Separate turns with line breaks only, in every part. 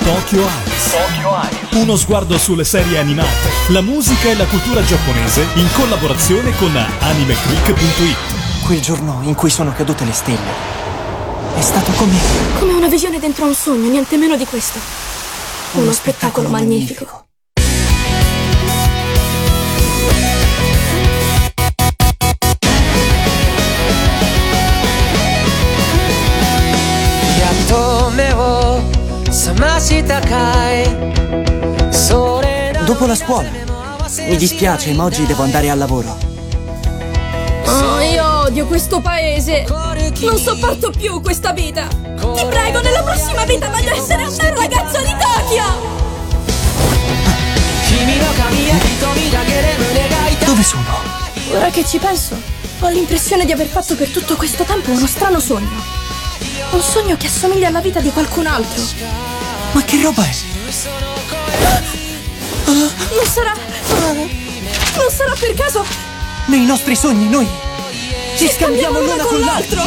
Tokyo Eyes. Uno sguardo sulle serie animate, la musica e la cultura giapponese in collaborazione con AnimeClick.it.
Quel giorno in cui sono cadute le stelle è stato come
una visione dentro un sogno, niente meno di questo. Uno spettacolo magnifico.
Dopo la scuola. Mi dispiace, ma oggi devo andare al lavoro.
Oh, io odio questo paese. Non sopporto più questa vita. Ti prego, nella prossima vita voglio essere un bel ragazzo di Tokyo.
Dove sono?
Ora che ci penso, ho l'impressione di aver fatto per tutto questo tempo uno strano sogno. Un sogno che assomiglia alla vita di qualcun altro.
Ma che roba è?
Non sarà per caso
nei nostri sogni noi ci scambiamo l'una con l'altro.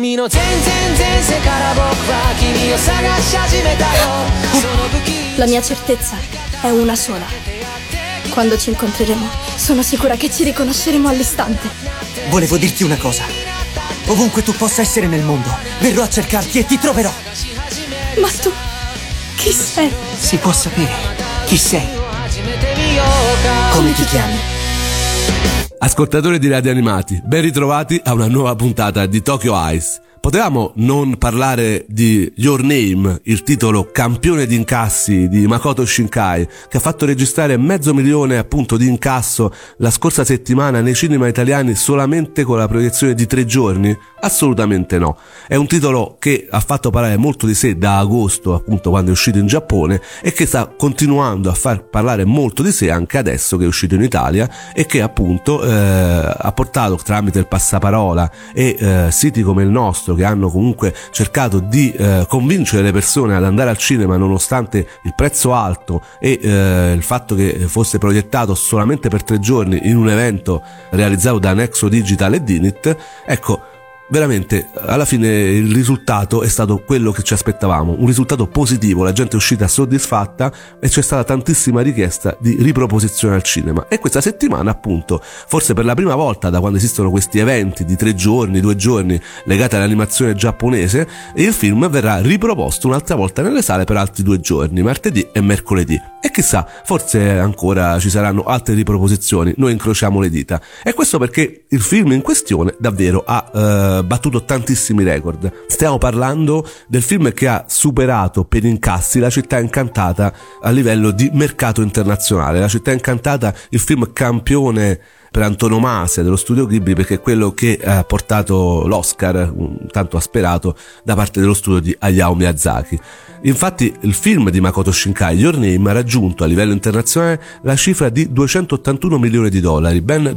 La mia certezza è una sola. Quando ci incontreremo, sono sicura che ci riconosceremo all'istante.
Volevo dirti una cosa. Ovunque tu possa essere nel mondo, verrò a cercarti e ti troverò.
Ma tu chi sei?
Si può sapere chi sei. Come ti chiami?
Ascoltatori di Radio Animati, ben ritrovati a una nuova puntata di Tokyo Eyes. Potevamo non parlare di Your Name, il titolo campione di incassi di Makoto Shinkai, che ha fatto registrare 500.000 appunto di incasso la scorsa settimana nei cinema italiani solamente con la proiezione di 3 giorni? Assolutamente no. È un titolo che ha fatto parlare molto di sé da agosto, appunto quando è uscito in Giappone, e che sta continuando a far parlare molto di sé anche adesso che è uscito in Italia, e che appunto ha portato tramite il passaparola e siti come il nostro, che hanno comunque cercato di convincere le persone ad andare al cinema nonostante il prezzo alto e il fatto che fosse proiettato solamente per 3 giorni in un evento realizzato da Nexo Digital e Dinit. Ecco, veramente alla fine il risultato è stato quello che ci aspettavamo, un risultato positivo, la gente è uscita soddisfatta e c'è stata tantissima richiesta di riproposizione al cinema. E questa settimana appunto, forse per la prima volta da quando esistono questi eventi di 3 giorni, 2 giorni legati all'animazione giapponese, il film verrà riproposto un'altra volta nelle sale per altri 2 giorni, martedì e mercoledì. E chissà, forse ancora ci saranno altre riproposizioni, noi incrociamo le dita. E questo perché il film in questione davvero ha battuto tantissimi record. Stiamo parlando del film che ha superato per incassi La città incantata a livello di mercato internazionale. La città incantata, il film campione per antonomasia dello studio Ghibli, perché è quello che ha portato l'Oscar, tanto asperato, da parte dello studio di Hayao Miyazaki. Infatti il film di Makoto Shinkai, Your Name, ha raggiunto a livello internazionale la cifra di $281 milioni, ben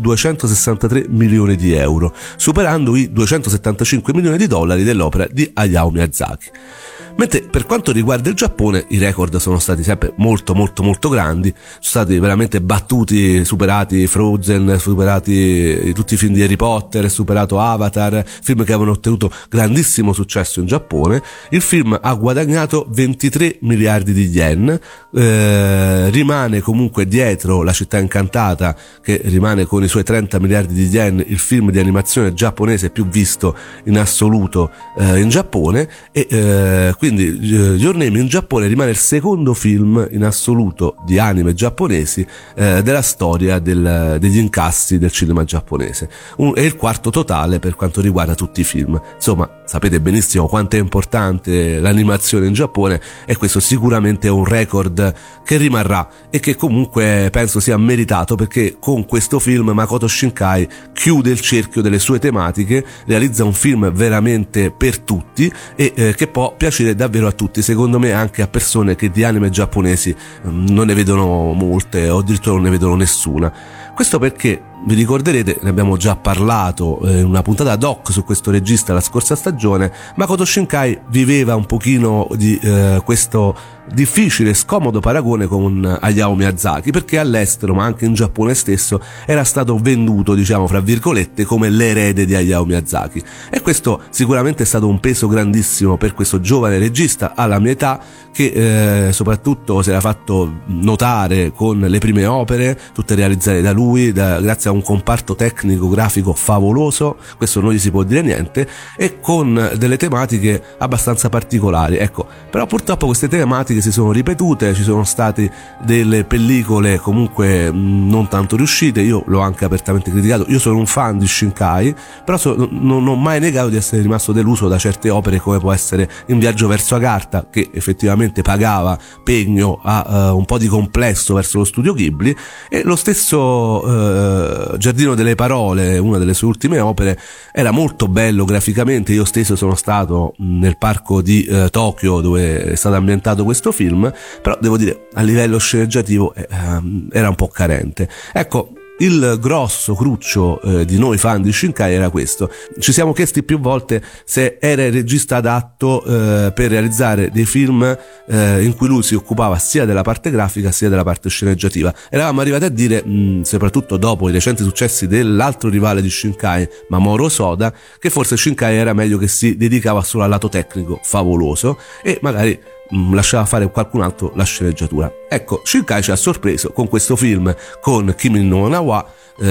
263 milioni di euro, superando i $275 milioni dell'opera di Hayao Miyazaki. Mentre per quanto riguarda il Giappone, i record sono stati sempre molto grandi, sono stati veramente battuti, superati Frozen, superati tutti i film di Harry Potter, superato Avatar, film che avevano ottenuto grandissimo successo in Giappone. Il film ha guadagnato 23 miliardi di yen, rimane comunque dietro La città incantata, che rimane con i suoi 30 miliardi di yen il film di animazione giapponese più visto in assoluto in Giappone, e quindi Your Name in Giappone rimane il secondo film in assoluto di anime giapponesi della storia degli incassi del cinema giapponese, e il quarto totale per quanto riguarda tutti i film. Insomma, sapete benissimo quanto è importante l'animazione in Giappone, e questo sicuramente è un record che rimarrà e che comunque penso sia meritato, perché con questo film Makoto Shinkai chiude il cerchio delle sue tematiche, realizza un film veramente per tutti e che può piacere davvero a tutti, secondo me anche a persone che di anime giapponesi non ne vedono molte o addirittura non ne vedono nessuna. Questo perché, vi ricorderete, ne abbiamo già parlato in una puntata doc su questo regista la scorsa stagione, Makoto Shinkai viveva un pochino di questo difficile, scomodo paragone con Hayao Miyazaki, perché all'estero, ma anche in Giappone stesso, era stato venduto, diciamo fra virgolette, come l'erede di Hayao Miyazaki, e questo sicuramente è stato un peso grandissimo per questo giovane regista alla mia età, che soprattutto si era fatto notare con le prime opere, tutte realizzate da lui, grazie a un comparto tecnico grafico favoloso, questo non gli si può dire niente, e con delle tematiche abbastanza particolari. Ecco, però purtroppo queste tematiche si sono ripetute, ci sono state delle pellicole comunque non tanto riuscite. Io l'ho anche apertamente criticato, io sono un fan di Shinkai, però non ho mai negato di essere rimasto deluso da certe opere, come può essere In viaggio verso Agartha, che effettivamente pagava pegno a un po' di complesso verso lo studio Ghibli, e lo stesso Giardino delle Parole, una delle sue ultime opere, era molto bello graficamente. Io stesso sono stato nel parco di Tokyo dove è stato ambientato questo film, però devo dire a livello sceneggiativo era un po' carente. Ecco, il grosso cruccio di noi fan di Shinkai era questo. Ci siamo chiesti più volte se era il regista adatto per realizzare dei film in cui lui si occupava sia della parte grafica sia della parte sceneggiativa. Eravamo arrivati a dire, soprattutto dopo i recenti successi dell'altro rivale di Shinkai, Mamoru Hosoda, che forse Shinkai era meglio che si dedicava solo al lato tecnico favoloso e magari lasciava fare qualcun altro la sceneggiatura. Ecco, Shinkai ci ha sorpreso con questo film, con Kimi no Na wa.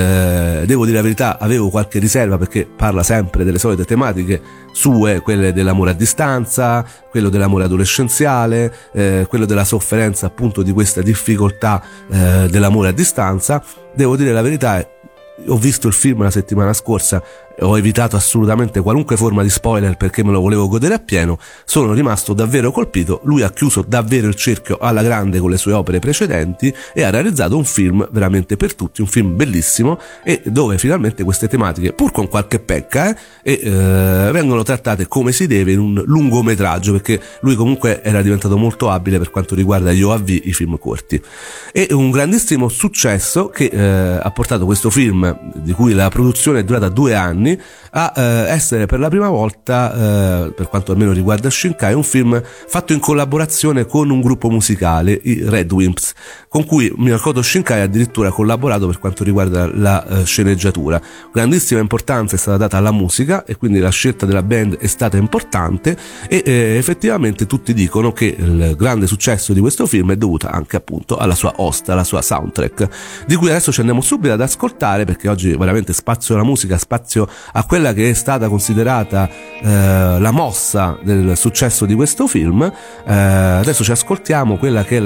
Devo dire la verità, avevo qualche riserva perché parla sempre delle solite tematiche sue, quelle dell'amore a distanza, quello dell'amore adolescenziale, quello della sofferenza appunto di questa difficoltà dell'amore a distanza. Devo dire la verità, ho visto il film la settimana scorsa, ho evitato assolutamente qualunque forma di spoiler perché me lo volevo godere appieno. Sono rimasto davvero colpito. Lui ha chiuso davvero il cerchio alla grande con le sue opere precedenti e ha realizzato un film veramente per tutti, un film bellissimo, e dove finalmente queste tematiche, pur con qualche pecca, vengono trattate come si deve in un lungometraggio, perché lui comunque era diventato molto abile per quanto riguarda gli OAV, i film corti. E un grandissimo successo che ha portato questo film, di cui la produzione è durata 2 anni, a essere per la prima volta, per quanto almeno riguarda Shinkai, un film fatto in collaborazione con un gruppo musicale, i Red Wimps, con cui Makoto Shinkai ha addirittura collaborato per quanto riguarda la sceneggiatura. Grandissima importanza è stata data alla musica e quindi la scelta della band è stata importante, e effettivamente tutti dicono che il grande successo di questo film è dovuto anche appunto alla sua hosta, alla sua soundtrack, di cui adesso ci andiamo subito ad ascoltare, perché oggi veramente spazio alla musica, spazio a quella che è stata considerata la mossa del successo di questo film. Adesso ci ascoltiamo quella che è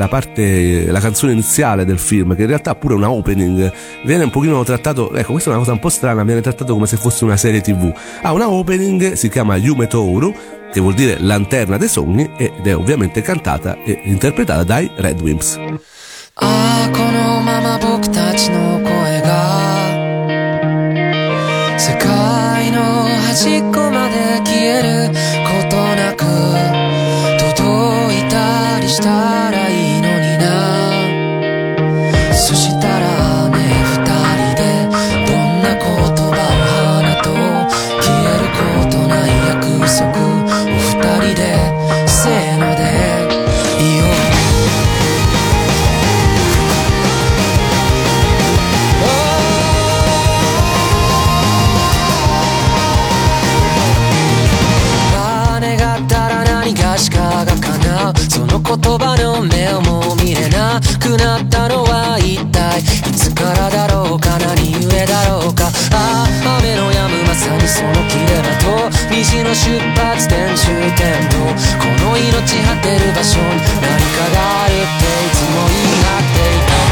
la canzone iniziale del film, che in realtà pure una opening, viene un pochino trattato, ecco, questa è una cosa un po' strana, viene trattato come se fosse una serie TV. Ha una opening, si chiama Yume Toru, che vuol dire lanterna dei sogni, ed è ovviamente cantata e interpretata dai Red Wimps.
このまま僕たちの声が世界の端っこまで消えることなく届いたりしたらいいのにな。そしたらね、二人でどんな言葉を放とう、消えることない約束を二人でせーので言おう。その言葉の目をも見れなくなったのは一体いつからだろうか、何故だろうか。ああ、雨の止むまさにその切れ間と虹の出発点終点とこの命果てる場所に何かがあるっていつも言い張っていた。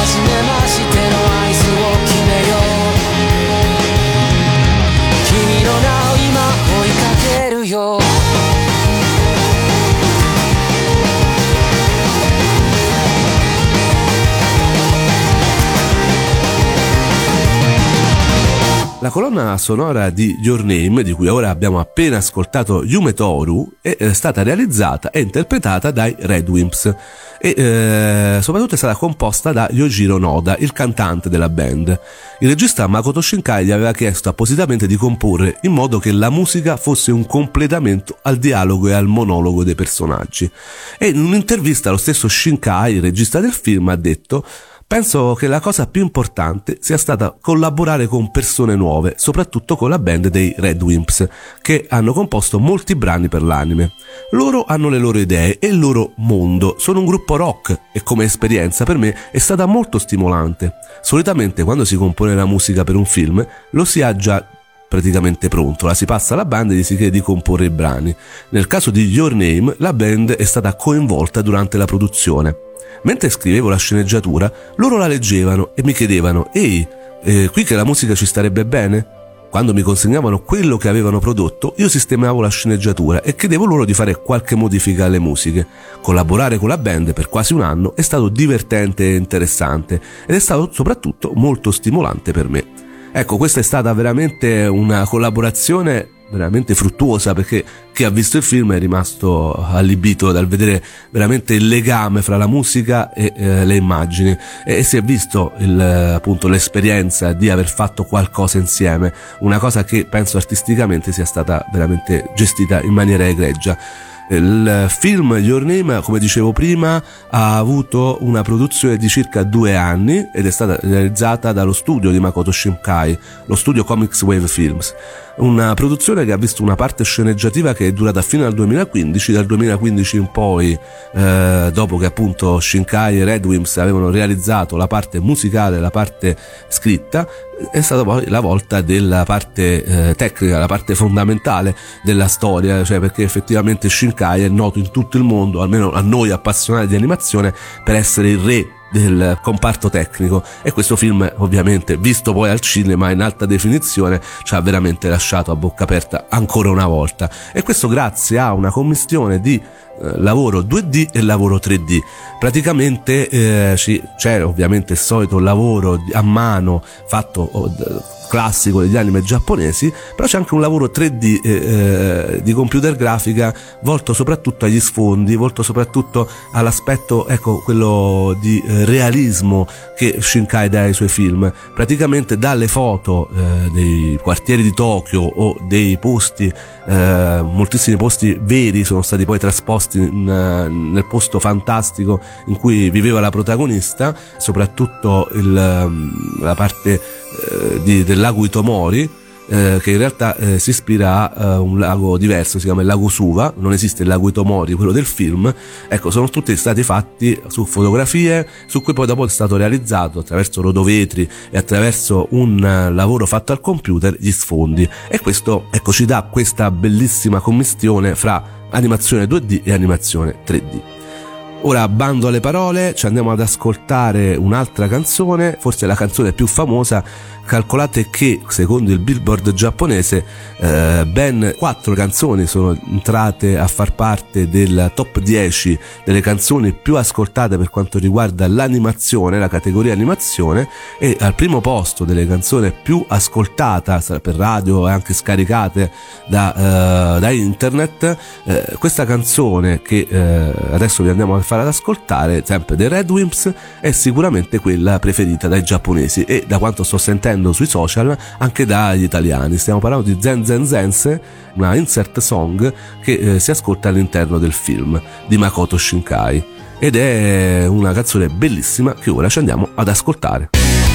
君の
La colonna sonora di Your Name, di cui ora abbiamo appena ascoltato Yume Toru, è stata realizzata e interpretata dai Red Wimps e soprattutto è stata composta da Yojiro Noda, il cantante della band. Il regista Makoto Shinkai gli aveva chiesto appositamente di comporre in modo che la musica fosse un completamento al dialogo e al monologo dei personaggi. E in un'intervista lo stesso Shinkai, il regista del film, ha detto: penso che la cosa più importante sia stata collaborare con persone nuove, soprattutto con la band dei Red Wimps, che hanno composto molti brani per l'anime. Loro hanno le loro idee e il loro mondo, sono un gruppo rock e come esperienza per me è stata molto stimolante. Solitamente quando si compone la musica per un film lo si ha già praticamente pronto, la si passa alla band e gli si chiede di comporre i brani. Nel caso di Your Name la band è stata coinvolta durante la produzione. Mentre scrivevo la sceneggiatura, loro la leggevano e mi chiedevano: ehi, qui che la musica ci starebbe bene? Quando mi consegnavano quello che avevano prodotto, io sistemavo la sceneggiatura e chiedevo loro di fare qualche modifica alle musiche. Collaborare con la band per quasi un anno è stato divertente e interessante ed è stato soprattutto molto stimolante per me. Ecco, questa è stata veramente una collaborazione veramente fruttuosa, perché chi ha visto il film è rimasto allibito dal vedere veramente il legame fra la musica e le immagini, e si è visto appunto l'esperienza di aver fatto qualcosa insieme, una cosa che penso artisticamente sia stata veramente gestita in maniera egregia. Il film Your Name, come dicevo prima, ha avuto una produzione di circa 2 anni ed è stata realizzata dallo studio di Makoto Shinkai, lo studio Comics Wave Films. Una produzione che ha visto una parte sceneggiativa che è durata fino al 2015, dal 2015 in poi, dopo che appunto Shinkai e Red Wimps avevano realizzato la parte musicale e la parte scritta, è stata poi la volta della parte tecnica, la parte fondamentale della storia, cioè perché effettivamente Shinkai è noto in tutto il mondo, almeno a noi appassionati di animazione, per essere il re del comparto tecnico, e questo film ovviamente visto poi al cinema in alta definizione ci ha veramente lasciato a bocca aperta ancora una volta, e questo grazie a una commistione di lavoro 2D e lavoro 3D. Praticamente c'è ovviamente il solito lavoro a mano fatto classico degli anime giapponesi, però c'è anche un lavoro 3D di computer grafica volto soprattutto agli sfondi, volto soprattutto all'aspetto, ecco, quello di realismo che Shinkai dà ai suoi film. Praticamente dalle foto dei quartieri di Tokyo o dei posti, moltissimi posti veri sono stati poi trasposti nel posto fantastico in cui viveva la protagonista, soprattutto la parte del lago Itomori, che in realtà si ispira a un lago diverso, si chiama il lago Suva, non esiste il lago Itomori, quello del film. Ecco, sono tutti stati fatti su fotografie su cui poi dopo è stato realizzato attraverso rodovetri e attraverso un lavoro fatto al computer gli sfondi, e questo, ecco, ci dà questa bellissima commistione fra animazione 2D e animazione 3D. Ora, bando alle parole, ci andiamo ad ascoltare un'altra canzone, forse la canzone più famosa. Calcolate che secondo il Billboard giapponese ben 4 canzoni sono entrate a far parte del top 10 delle canzoni più ascoltate per quanto riguarda l'animazione, la categoria animazione, e al primo posto delle canzoni più ascoltate per radio e anche scaricate da internet, questa canzone che adesso vi andiamo a fare ad ascoltare, sempre dei Red Wimps, è sicuramente quella preferita dai giapponesi e, da quanto sto sentendo sui social, anche dagli italiani. Stiamo parlando di Zen Zen Zense, una insert song che si ascolta all'interno del film di Makoto Shinkai, ed è una canzone bellissima che ora ci andiamo ad ascoltare.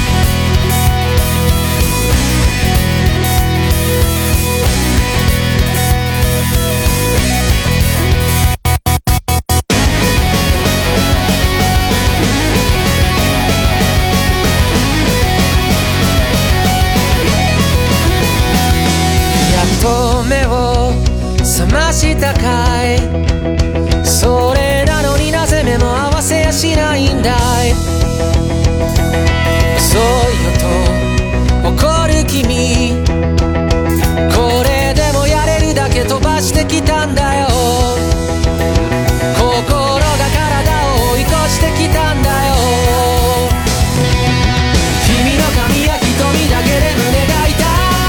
したかいそれなのになぜ目も合わせやしないんだい遅いよと怒る君これでもやれるだけ飛ばしてきたんだよ心が体を追い越してきたんだよ君の髪や瞳だけで胸が痛い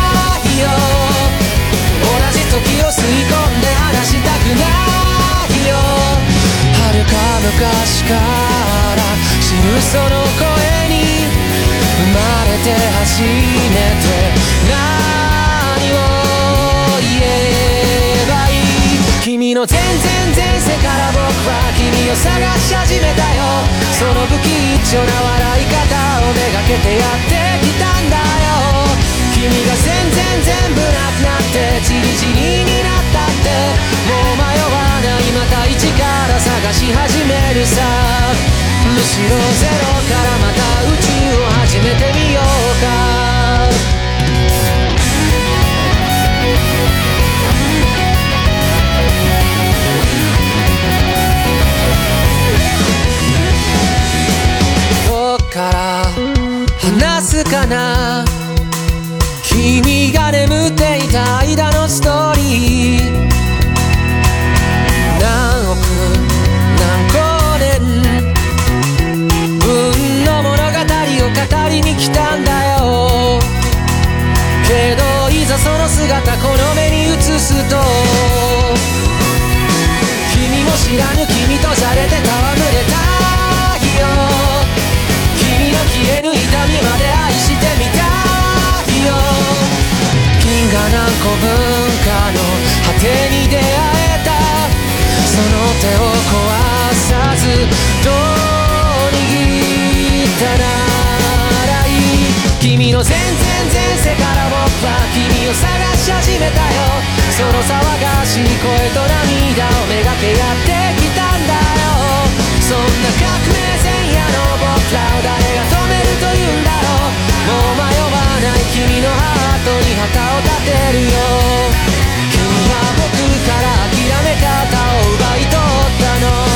吸い込んで離したくないよ。遥か昔から知るその声に生まれて初めて何を言えばいい。君の全然前世から僕は君を探し始めたよ。その不吉祥な笑い方をめがけてやってきたんだよ。君が全部なくなってチリチリになったってもう迷わない、また一から探し始めるさ。むしろゼロからまた宇宙を始めてみようか。どっから話すかな、君が眠っていた間のストーリー。何億何光年分の物語を語りに来たんだよ。けどいざその姿この目に映すと、君も知らぬ君とじゃれて戯れたいよ。君の消えぬ痛みまで愛してみたいよ。銀河何個分かの果てに出会えた、その手を壊さずどう握ったならいい。君の全然前世から僕は君を探し始めたよ。その騒がしい声と涙をめがけやってきたんだよ。そんな革命前夜の僕らを誰が止めるというんだろう。もう迷わない君のハートに旗を立てるよ。君は僕から諦め方を奪い取ったの。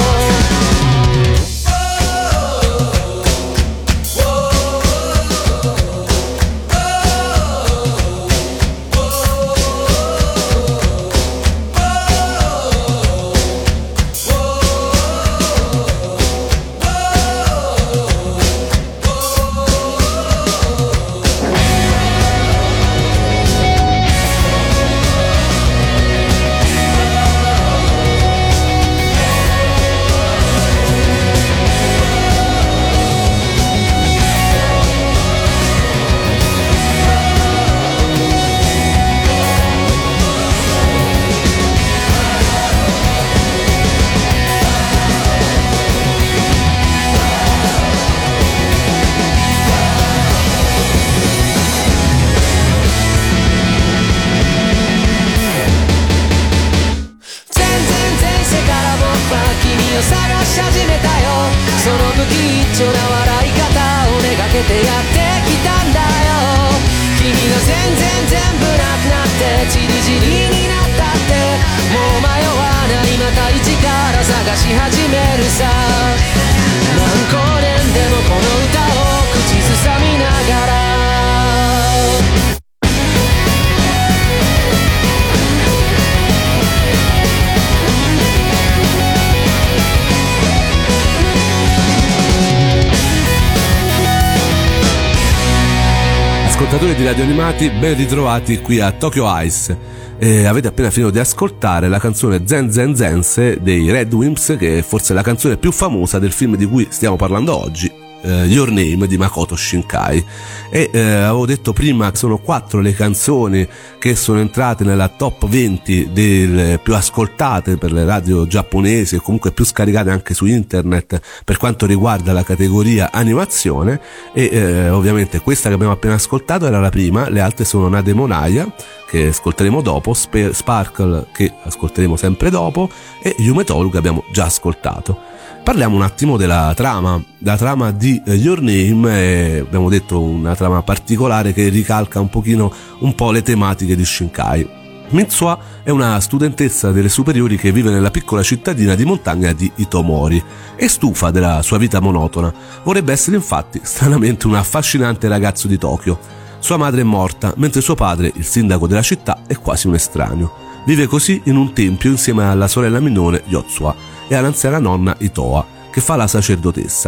Ascoltatori di Radio Animati, ben ritrovati qui a Tokyo Ice. Avete appena finito di ascoltare la canzone Zen Zen Zense dei Red Wimps, che è forse la canzone più famosa del film di cui stiamo parlando oggi, Your Name di Makoto Shinkai. E avevo detto prima che sono 4 le canzoni che sono entrate nella top 20 delle più ascoltate per le radio giapponesi e comunque più scaricate anche su internet per quanto riguarda la categoria animazione. E ovviamente questa che abbiamo appena ascoltato era la prima, le altre sono Nademonaya, che ascolteremo dopo, Sparkle, che ascolteremo sempre dopo, e Yume Toru, che abbiamo già ascoltato. Parliamo un attimo della trama. La trama di Your Name è, abbiamo detto, una trama particolare che ricalca un po' le tematiche di Shinkai. Mitsuha è una studentessa delle superiori che vive nella piccola cittadina di montagna di Itomori e stufa della sua vita monotona. Vorrebbe essere infatti stranamente un affascinante ragazzo di Tokyo. Sua madre è morta, mentre suo padre, il sindaco della città, è quasi un estraneo. Vive così in un tempio insieme alla sorella minore Yotsuha e all'anziana nonna Itoa, che fa la sacerdotessa.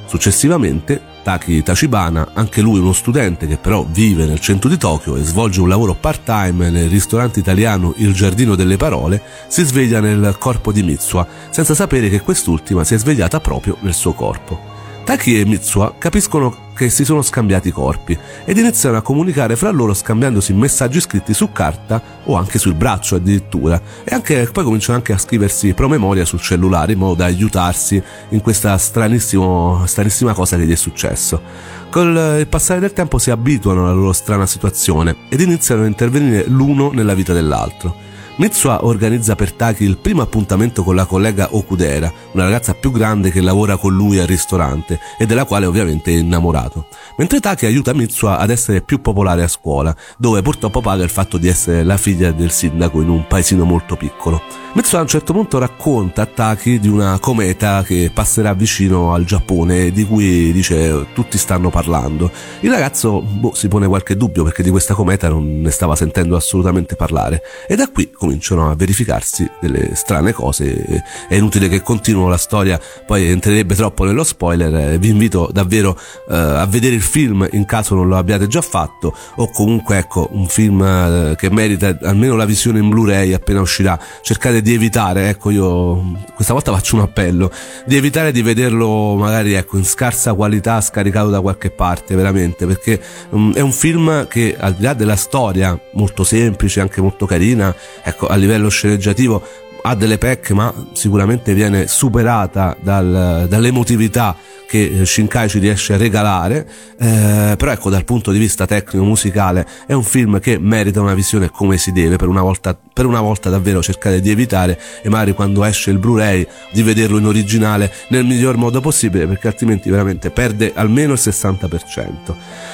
Successivamente Taki Tachibana, anche lui uno studente che però vive nel centro di Tokyo e svolge un lavoro part-time nel ristorante italiano Il Giardino delle Parole, si sveglia nel corpo di Mitsuha, senza sapere che quest'ultima si è svegliata proprio nel suo corpo. Taki e Mitsuha capiscono che si sono scambiati i corpi ed iniziano a comunicare fra loro scambiandosi messaggi scritti su carta o anche sul braccio addirittura, e poi cominciano anche a scriversi promemoria sul cellulare in modo da aiutarsi in questa stranissima cosa che gli è successo. Col il passare del tempo si abituano alla loro strana situazione ed iniziano a intervenire l'uno nella vita dell'altro. Mitsuha organizza per Taki il primo appuntamento con la collega Okudera, una ragazza più grande che lavora con lui al ristorante e della quale ovviamente è innamorato, mentre Taki aiuta Mitsuha ad essere più popolare a scuola, dove purtroppo paga il fatto di essere la figlia del sindaco in un paesino molto piccolo. Mitsuha a un certo punto racconta a Taki di una cometa che passerà vicino al Giappone, di cui dice tutti stanno parlando. Il ragazzo si pone qualche dubbio perché di questa cometa non ne stava sentendo assolutamente parlare, e da qui cominciano a verificarsi delle strane cose. È inutile che continuo la storia, poi entrerebbe troppo nello spoiler. Vi invito davvero a vedere il film in caso non lo abbiate già fatto, o comunque ecco un film che merita almeno la visione in Blu-ray appena uscirà. Cercate di evitare, ecco, io questa volta faccio un appello, di evitare di vederlo magari ecco in scarsa qualità scaricato da qualche parte, veramente, perché è un film che al di là della storia molto semplice, anche molto carina, ecco, a livello sceneggiativo ha delle pecche, ma sicuramente viene superata dall'emotività che Shinkai ci riesce a regalare, però ecco, dal punto di vista tecnico musicale è un film che merita una visione come si deve. Per una volta davvero cercate di evitare, e magari quando esce il Blu-ray di vederlo in originale nel miglior modo possibile, perché altrimenti veramente perde almeno il 60%.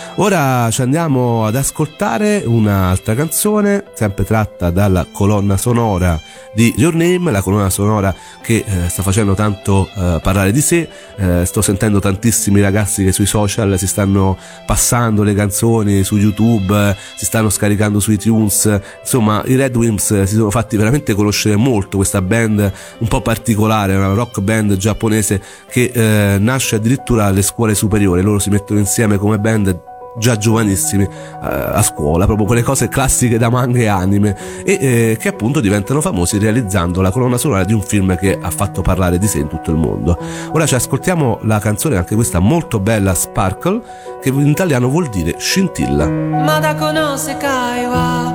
Ora ci andiamo ad ascoltare un'altra canzone, sempre tratta dalla colonna sonora di Your Name, la colonna sonora che sta facendo tanto parlare di sé. Sto sentendo tantissimi ragazzi che sui social si stanno passando le canzoni, su YouTube, si stanno scaricando su iTunes. Insomma, i Red Wimps si sono fatti veramente conoscere molto, questa band un po' particolare, una rock band giapponese che nasce addirittura alle scuole superiori. Loro si mettono insieme come band già giovanissimi a scuola, proprio quelle cose classiche da manga e anime, e che appunto diventano famosi realizzando la colonna sonora di un film che ha fatto parlare di sé in tutto il mondo. Ora ci ascoltiamo la canzone, anche questa molto bella, Sparkle, che in italiano vuol dire scintilla.
Madako no sekai wa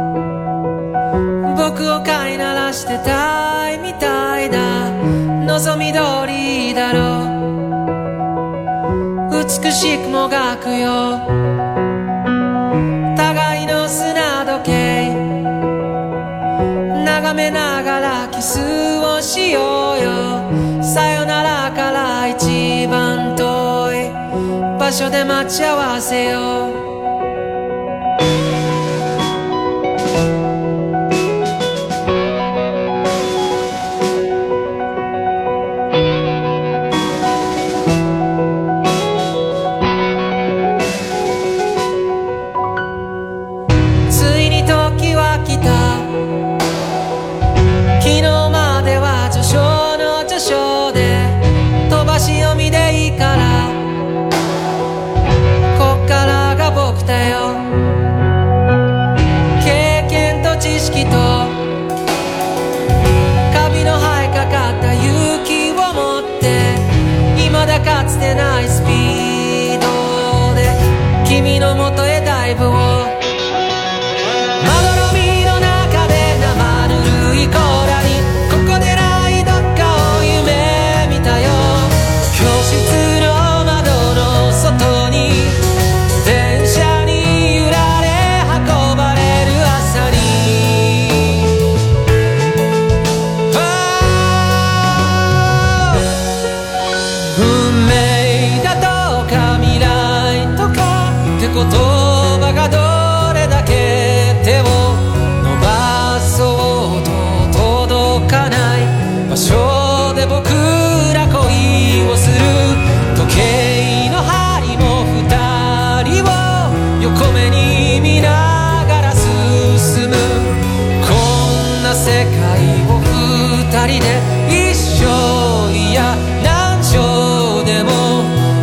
boku o kainarashite tai mitai da nozomi dori daro 美しくもがくよ互いの砂時計眺めながらキスをしようよさよならから一番遠い場所で待ち合わせよう経験と知識とカビの生えかかった勇気を持って未だかつてないスピードで君のもとへダイブをまどろみの中で生ぬるい甲羅にここでないどっかを夢見たよ教室の窓の外に電車に揺られ運ばれる朝に運命だとか未来とかって言葉がどれだけ手を伸ばそうと届かない場所で僕ら恋をする時計の針も二人を横目に見ながら進むこんな世界を二人で一生いや何生でも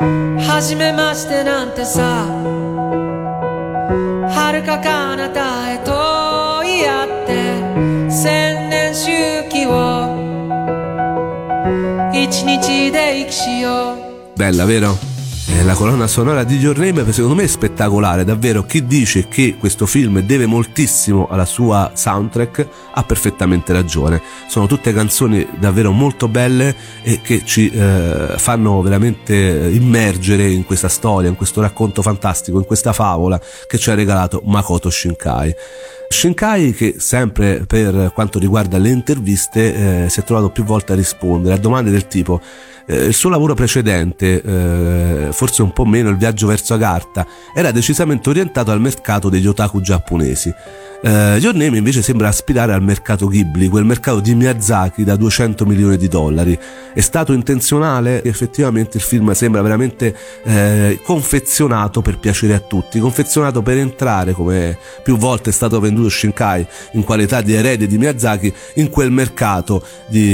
初めましてなんてさ遥か彼方へと言い合って千年周期を一日で生きしよう。
Bella, vero? La colonna sonora di Your Name secondo me è spettacolare, davvero. Chi dice che questo film deve moltissimo alla sua soundtrack ha perfettamente ragione. Sono tutte canzoni davvero molto belle e che ci fanno veramente immergere in questa storia, in questo racconto fantastico, in questa favola che ci ha regalato Makoto Shinkai. Shinkai, che sempre per quanto riguarda le interviste si è trovato più volte a rispondere a domande del tipo il suo lavoro precedente, forse un po' meno Il viaggio verso Agartha, era decisamente orientato al mercato degli otaku giapponesi. Your Name invece sembra aspirare al mercato Ghibli, quel mercato di Miyazaki da $200 milioni. È stato intenzionale? Effettivamente il film sembra veramente confezionato per piacere a tutti, confezionato per entrare, come più volte è stato venduto Shinkai in qualità di erede di Miyazaki, in quel mercato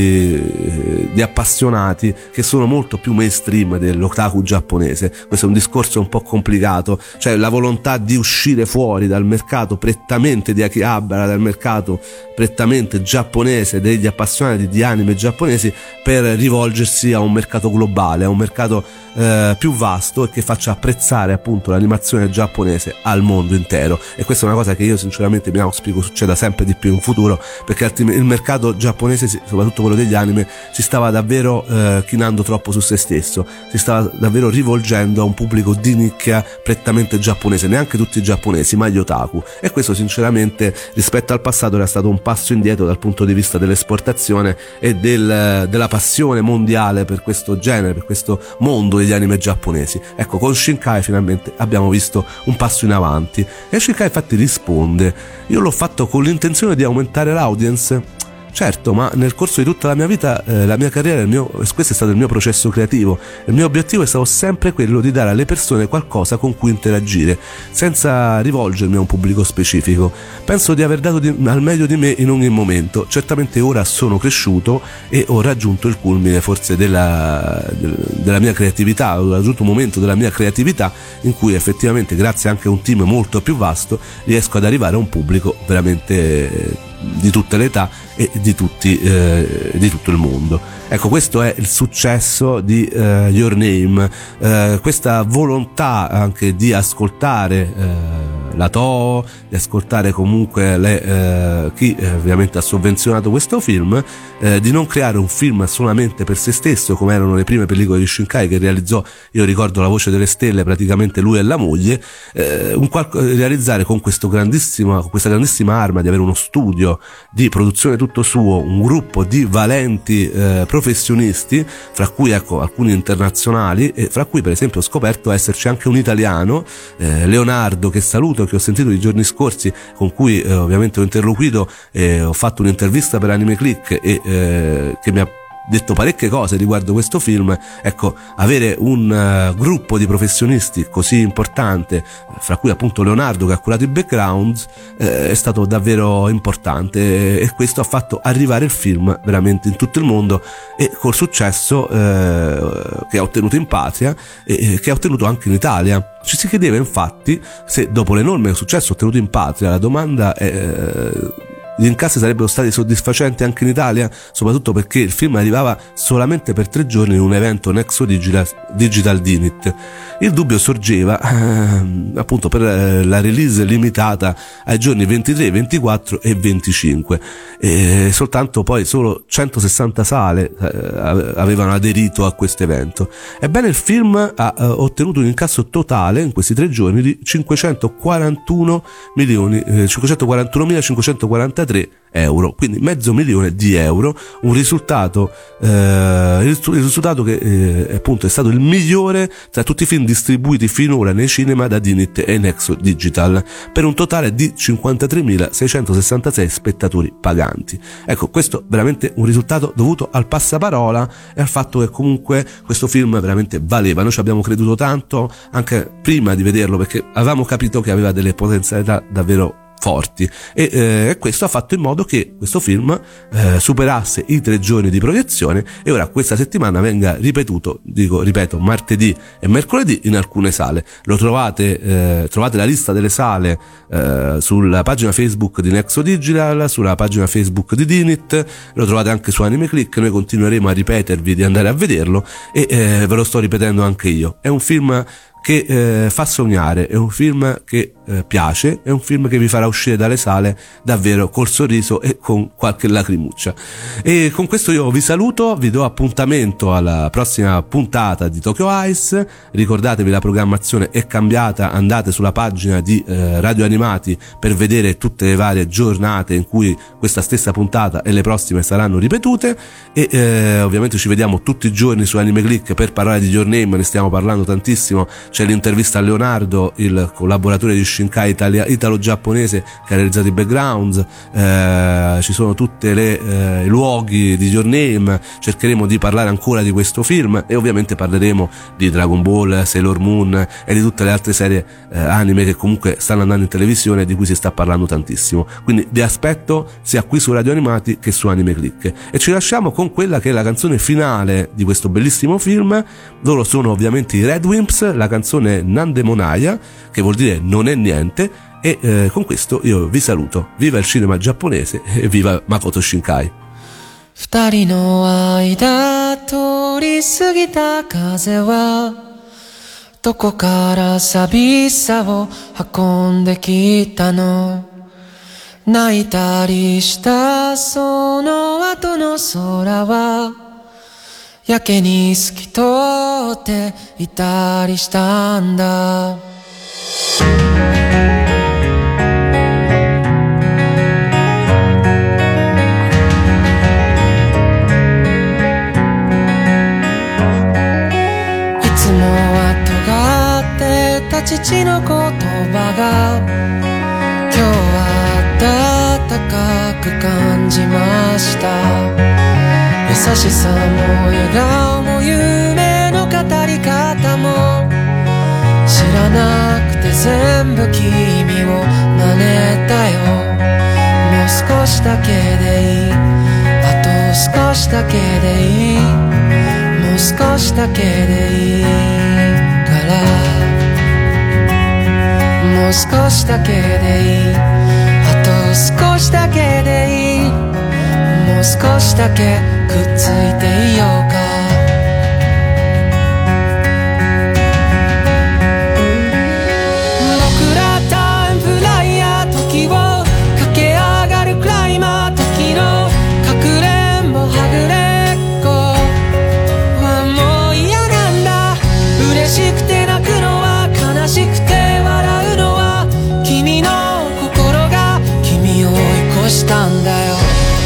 di appassionati che sono molto più mainstream dell'otaku giapponese. Questo è un discorso un po' complicato, cioè la volontà di uscire fuori dal mercato prettamente di Akihabara, dal mercato prettamente giapponese degli appassionati di anime giapponesi, per rivolgersi a un mercato globale, a un mercato più vasto e che faccia apprezzare appunto l'animazione giapponese al mondo intero. E questa è una cosa che io sinceramente mi auspico succeda sempre di più in futuro, perché il mercato giapponese, soprattutto quello degli anime, si stava davvero chinando troppo su se stesso, si stava davvero rivolgendo a un pubblico di nicchia prettamente giapponese, neanche tutti i giapponesi ma gli otaku, e questo sinceramente rispetto al passato era stato un passo indietro dal punto di vista dell'esportazione e della passione mondiale per questo genere, per questo mondo degli anime giapponesi. Ecco, con Shinkai finalmente abbiamo visto un passo in avanti e Shinkai infatti risponde: io l'ho fatto con l'intenzione di aumentare l'audience. Certo, ma nel corso di tutta la mia vita, la mia carriera, questo è stato il mio processo creativo. Il mio obiettivo è stato sempre quello di dare alle persone qualcosa con cui interagire, senza rivolgermi a un pubblico specifico. Penso di aver dato al meglio di me in ogni momento. Certamente ora sono cresciuto e ho raggiunto il culmine forse della mia creatività, ho raggiunto un momento della mia creatività in cui effettivamente, grazie anche a un team molto più vasto, riesco ad arrivare a un pubblico veramente di tutte le età e di tutto il mondo. Ecco, questo è il successo di Your Name, questa volontà anche di ascoltare la Toho, di ascoltare comunque chi ovviamente ha sovvenzionato questo film, di non creare un film solamente per se stesso come erano le prime pellicole di Shinkai che realizzò, io ricordo La voce delle stelle, praticamente lui e la moglie, realizzare con questa grandissima arma di avere uno studio di produzione tutto suo, un gruppo di valenti professionisti, fra cui ecco alcuni internazionali, e fra cui per esempio ho scoperto esserci anche un italiano, Leonardo, che saluto, che ho sentito i giorni scorsi, con cui ovviamente ho interloquito e ho fatto un'intervista per Anime Click e che mi ha detto parecchie cose riguardo questo film. Ecco, avere un gruppo di professionisti così importante, fra cui appunto Leonardo che ha curato i background, è stato davvero importante, e questo ha fatto arrivare il film veramente in tutto il mondo e col successo che ha ottenuto in patria e che ha ottenuto anche in Italia. Ci si chiedeva infatti se dopo l'enorme successo ottenuto in patria, la domanda gli incassi sarebbero stati soddisfacenti anche in Italia, soprattutto perché il film arrivava solamente per 3 giorni in un evento Nexo Digital Dinit. Il dubbio sorgeva appunto per la release limitata ai giorni 23, 24 e 25, e soltanto poi solo 160 sale avevano aderito a questo evento. Ebbene, il film ha ottenuto un incasso totale in questi 3 giorni di 541.543 euro, quindi €500.000, un risultato il risultato che appunto è stato il migliore tra tutti i film distribuiti finora nei cinema da Dinit e Nexo Digital, per un totale di 53.666 spettatori paganti. Ecco, questo veramente un risultato dovuto al passaparola e al fatto che comunque questo film veramente valeva. Noi ci abbiamo creduto tanto anche prima di vederlo, perché avevamo capito che aveva delle potenzialità davvero forti, e questo ha fatto in modo che questo film superasse i 3 giorni di proiezione e ora questa settimana venga ripetuto, ripeto, martedì e mercoledì in alcune sale. Lo trovate la lista delle sale sulla pagina Facebook di Nexo Digital, sulla pagina Facebook di Dinit, lo trovate anche su Anime Click. Noi continueremo a ripetervi di andare a vederlo e ve lo sto ripetendo anche io. È un film che fa sognare, è un film che piace, è un film che vi farà uscire dalle sale davvero col sorriso e con qualche lacrimuccia. E con questo io vi saluto, vi do appuntamento alla prossima puntata di Tokyo Ice. Ricordatevi, la programmazione è cambiata, andate sulla pagina di Radio Animati per vedere tutte le varie giornate in cui questa stessa puntata e le prossime saranno ripetute, e ovviamente ci vediamo tutti i giorni su Anime Click per parlare di Your Name, ne stiamo parlando tantissimo. C'è l'intervista a Leonardo, il collaboratore di Shinkai italo-giapponese che ha realizzato i backgrounds, ci sono tutte i luoghi di Your Name. Cercheremo di parlare ancora di questo film e ovviamente parleremo di Dragon Ball, Sailor Moon e di tutte le altre serie anime che comunque stanno andando in televisione e di cui si sta parlando tantissimo. Quindi vi aspetto sia qui su Radio Animati che su Anime Click, e ci lasciamo con quella che è la canzone finale di questo bellissimo film. Loro sono ovviamente i Red Wimps, la canzone Nandemonaya, che vuol dire non è niente, e con questo io vi saluto. Viva il cinema giapponese e viva Makoto Shinkai.
二人の間通り過ぎた風はどこから寂しさを運んできたの。泣いたりしたその後の空はやけに透き通っていたりしたんだ。いつもは尖ってた父の言葉が今日は暖かく感じました。優しさも笑顔も夢の語り方も知らなくて全部君を真似たよ。もう少しだけでいい、あと少しだけでいい、もう少しだけでいいから、もう少しだけでいい、あと少しだけでいい、もう少しだけくっついていようか。僕らタイムフライヤー、時を駆け上がるクライマー、時のかくれんぼはぐれっこはもう嫌なんだ。嬉しくて泣くのは悲しくて笑うのは君の心が君を追い越したんだよ。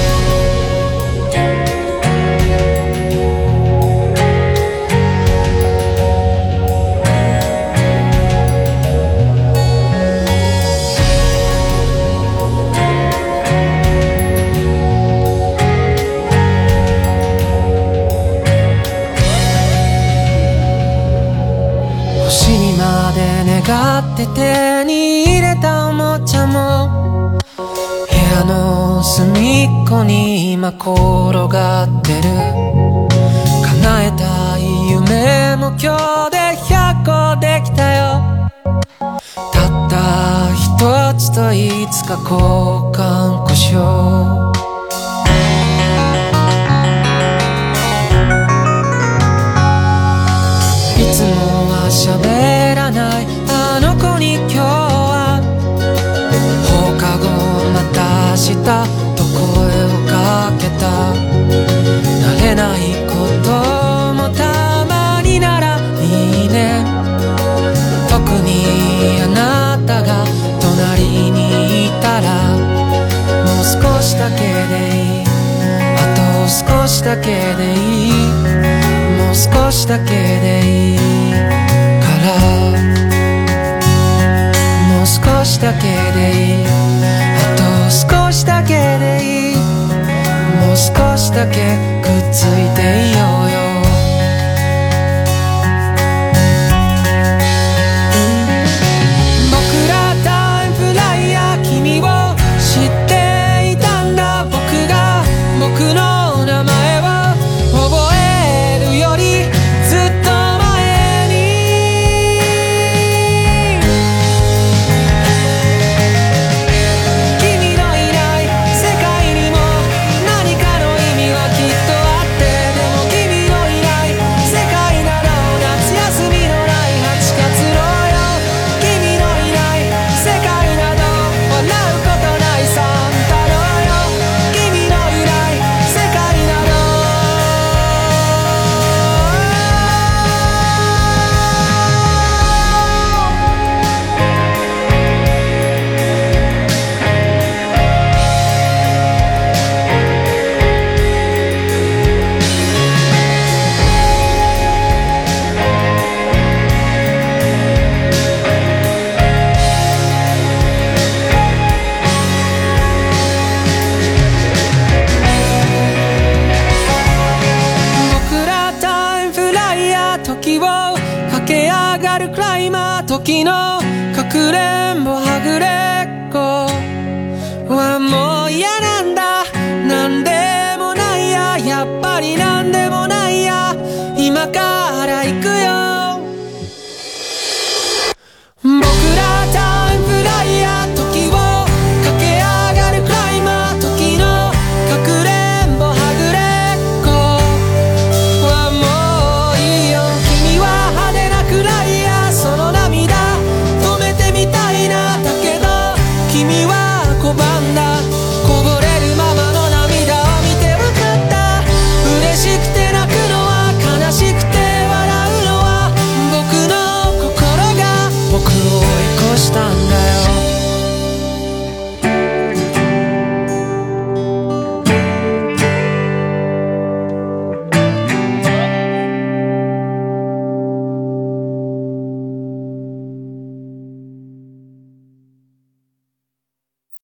願って手に入れたおもちゃも部屋の隅っこに今転がってる。叶えたい夢も今日で100個できたよ。たった一つといつか交換故障。いつもは喋らないあの子に今日は放課後また明日と声をかけた。慣れないこともたまにならいいね。特にあなたが隣にいたらもう少しだけでいい、あと少しだけでいい、もう少しだけでいいから、もう少しだけでいい、あと少しだけでいい、もう少しだけくっついていようよ。僕らタイムフライヤー、君をがるくらい今時のかくれんぼはぐれっこはもう嫌なんだ。なんでもないや、やっぱりなんでもないや、今から行くよ。